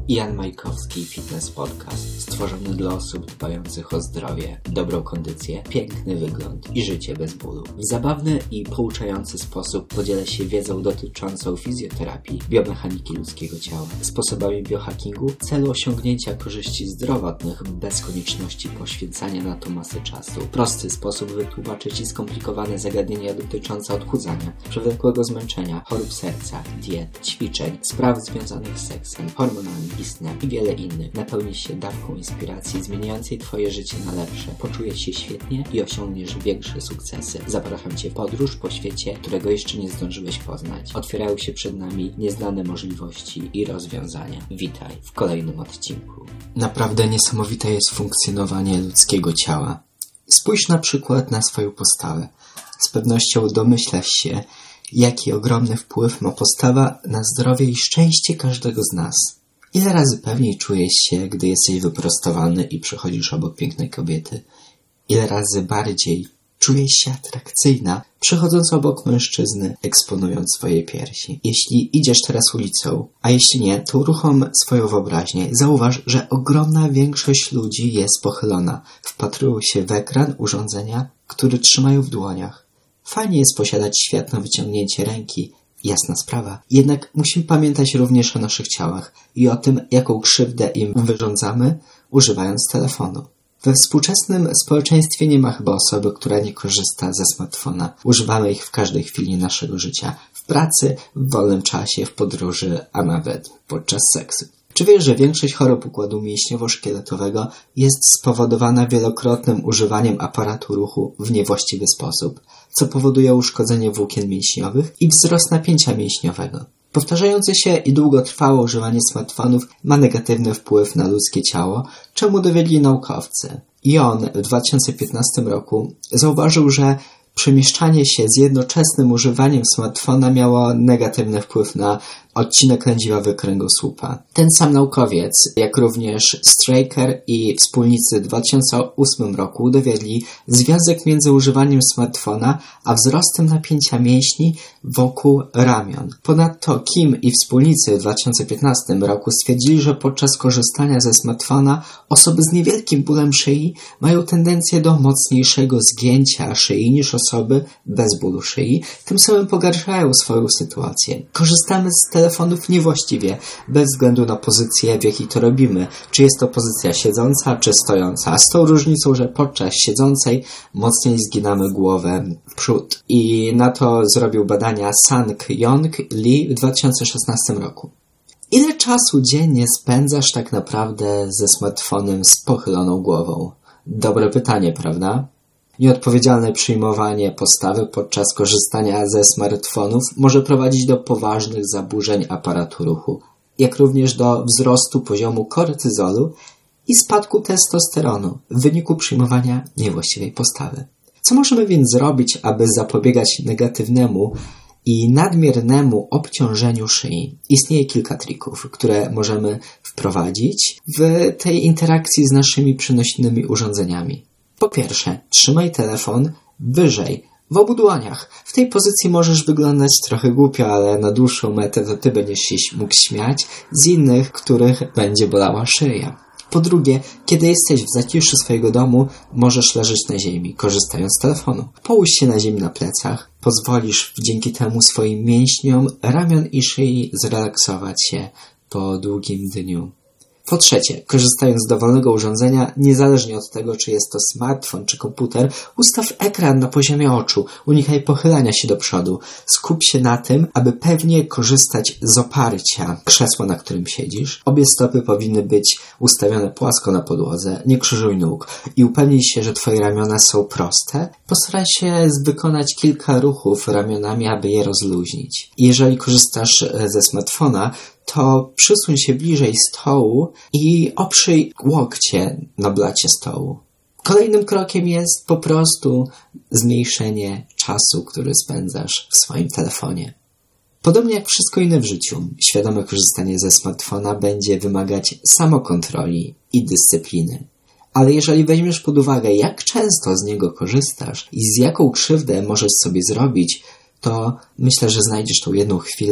Jan Majkowski Fitness Podcast, stworzony dla osób dbających o zdrowie, dobrą kondycję, piękny wygląd i życie bez bólu. W zabawny i pouczający sposób podzielę się wiedzą dotyczącą fizjoterapii, biomechaniki ludzkiego ciała, sposobami biohackingu w celu osiągnięcia korzyści zdrowotnych bez konieczności poświęcania na to masy czasu. W prosty sposób wytłumaczę Ci skomplikowane zagadnienia dotyczące odchudzania, przewlekłego zmęczenia, chorób serca, diet, ćwiczeń, spraw związanych z seksem, hormonami i snem i wiele innych. Napełnisz się dawką inspiracji zmieniającej Twoje życie na lepsze. Poczujesz się świetnie i osiągniesz większe sukcesy. Zapraszam Cię w podróż po świecie, którego jeszcze nie zdążyłeś poznać. Otwierają się przed nami nieznane możliwości i rozwiązania. Witaj w kolejnym odcinku. Naprawdę niesamowite jest funkcjonowanie ludzkiego ciała. Spójrz na przykład na swoją postawę. Z pewnością domyślasz się, jaki ogromny wpływ ma postawa na zdrowie i szczęście każdego z nas. Ile razy pewniej czujesz się, gdy jesteś wyprostowany i przechodzisz obok pięknej kobiety? Ile razy bardziej czujesz się atrakcyjna, przechodząc obok mężczyzny, eksponując swoje piersi? Jeśli idziesz teraz ulicą, a jeśli nie, to uruchom swoją wyobraźnię. Zauważ, że ogromna większość ludzi jest pochylona. Wpatrują się w ekran urządzenia, które trzymają w dłoniach. Fajnie jest posiadać świat na wyciągnięcie ręki, jasna sprawa. Jednak musimy pamiętać również o naszych ciałach i o tym, jaką krzywdę im wyrządzamy, używając telefonu. We współczesnym społeczeństwie nie ma chyba osoby, która nie korzysta ze smartfona. Używamy ich w każdej chwili naszego życia. W pracy, w wolnym czasie, w podróży, a nawet podczas seksu. Czy wiesz, że większość chorób układu mięśniowo-szkieletowego jest spowodowana wielokrotnym używaniem aparatu ruchu w niewłaściwy sposób, co powoduje uszkodzenie włókien mięśniowych i wzrost napięcia mięśniowego? Powtarzające się i długotrwałe używanie smartfonów ma negatywny wpływ na ludzkie ciało, czemu dowiedli naukowcy. I on w 2015 roku zauważył, że przemieszczanie się z jednoczesnym używaniem smartfona miało negatywny wpływ na odcinek lędźwiowy kręgosłupa. Ten sam naukowiec, jak również Straker i wspólnicy w 2008 roku dowiedli związek między używaniem smartfona a wzrostem napięcia mięśni wokół ramion. Ponadto Kim i wspólnicy w 2015 roku stwierdzili, że podczas korzystania ze smartfona osoby z niewielkim bólem szyi mają tendencję do mocniejszego zgięcia szyi niż osoby bez bólu szyi, tym samym pogarszają swoją sytuację. Korzystamy z telefonów niewłaściwie, bez względu na pozycję, w jakiej to robimy. Czy jest to pozycja siedząca, czy stojąca. Z tą różnicą, że podczas siedzącej mocniej zginamy głowę w przód. I na to zrobił badania Sang-Yong Lee w 2016 roku. Ile czasu dziennie spędzasz tak naprawdę ze smartfonem z pochyloną głową? Dobre pytanie, prawda? Nieodpowiedzialne przyjmowanie postawy podczas korzystania ze smartfonów może prowadzić do poważnych zaburzeń aparatu ruchu, jak również do wzrostu poziomu kortyzolu i spadku testosteronu w wyniku przyjmowania niewłaściwej postawy. Co możemy więc zrobić, aby zapobiegać negatywnemu i nadmiernemu obciążeniu szyi? Istnieje kilka trików, które możemy wprowadzić w tej interakcji z naszymi przenośnymi urządzeniami. Po pierwsze, trzymaj telefon wyżej, w obu dłoniach. W tej pozycji możesz wyglądać trochę głupio, ale na dłuższą metę to Ty będziesz się mógł śmiać z innych, których będzie bolała szyja. Po drugie, kiedy jesteś w zaciszu swojego domu, możesz leżeć na ziemi, korzystając z telefonu. Połóż się na ziemi na plecach, pozwolisz dzięki temu swoim mięśniom, ramion i szyi zrelaksować się po długim dniu. Po trzecie, korzystając z dowolnego urządzenia, niezależnie od tego, czy jest to smartfon czy komputer, ustaw ekran na poziomie oczu, unikaj pochylania się do przodu. Skup się na tym, aby pewnie korzystać z oparcia krzesła, na którym siedzisz. Obie stopy powinny być ustawione płasko na podłodze, nie krzyżuj nóg i upewnij się, że Twoje ramiona są proste. Postaraj się wykonać kilka ruchów ramionami, aby je rozluźnić. Jeżeli korzystasz ze smartfona, to przysuń się bliżej stołu i oprzyj łokcie na blacie stołu. Kolejnym krokiem jest po prostu zmniejszenie czasu, który spędzasz w swoim telefonie. Podobnie jak wszystko inne w życiu, świadome korzystanie ze smartfona będzie wymagać samokontroli i dyscypliny. Ale jeżeli weźmiesz pod uwagę, jak często z niego korzystasz i z jaką krzywdę możesz sobie zrobić, to myślę, że znajdziesz tą jedną chwilę,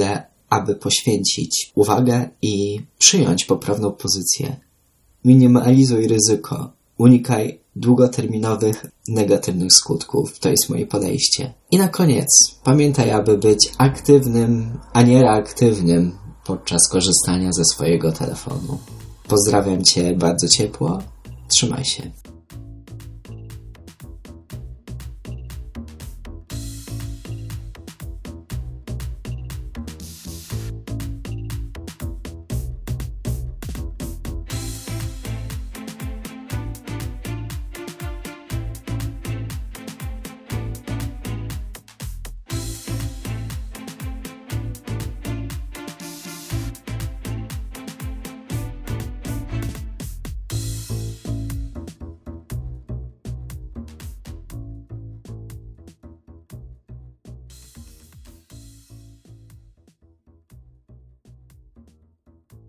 aby poświęcić uwagę i przyjąć poprawną pozycję. Minimalizuj ryzyko. Unikaj długoterminowych, negatywnych skutków. To jest moje podejście. I na koniec, pamiętaj, aby być aktywnym, a nie reaktywnym podczas korzystania ze swojego telefonu. Pozdrawiam Cię bardzo ciepło. Trzymaj się.